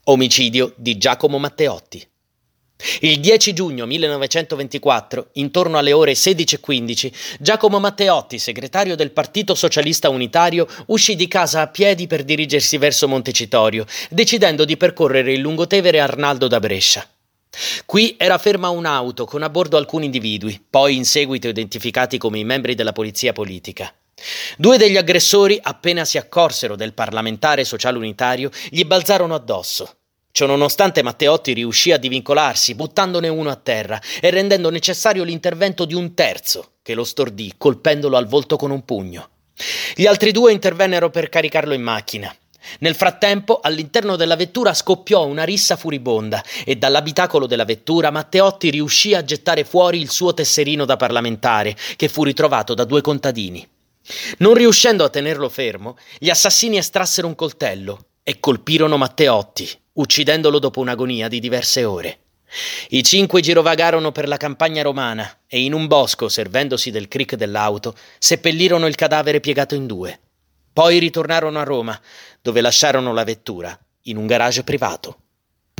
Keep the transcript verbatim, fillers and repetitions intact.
Omicidio di Giacomo Matteotti. Il dieci giugno millenovecentoventiquattro, intorno alle ore sedici e quindici, Giacomo Matteotti, segretario del Partito Socialista Unitario, uscì di casa a piedi per dirigersi verso Montecitorio, decidendo di percorrere il lungotevere Arnaldo da Brescia. Qui era ferma un'auto con a bordo alcuni individui, poi in seguito identificati come i membri della polizia politica. Due degli aggressori, appena si accorsero del parlamentare sociale unitario, gli balzarono addosso. Ciononostante Matteotti riuscì a divincolarsi, buttandone uno a terra e rendendo necessario l'intervento di un terzo, che lo stordì colpendolo al volto con un pugno. Gli altri due intervennero per caricarlo in macchina. Nel frattempo, all'interno della vettura scoppiò una rissa furibonda e dall'abitacolo della vettura Matteotti riuscì a gettare fuori il suo tesserino da parlamentare, che fu ritrovato da due contadini. Non riuscendo a tenerlo fermo, gli assassini estrassero un coltello e colpirono Matteotti, uccidendolo dopo un'agonia di diverse ore. I cinque girovagarono per la campagna romana e in un bosco, servendosi del crick dell'auto, seppellirono il cadavere piegato in due. Poi ritornarono a Roma, dove lasciarono la vettura in un garage privato.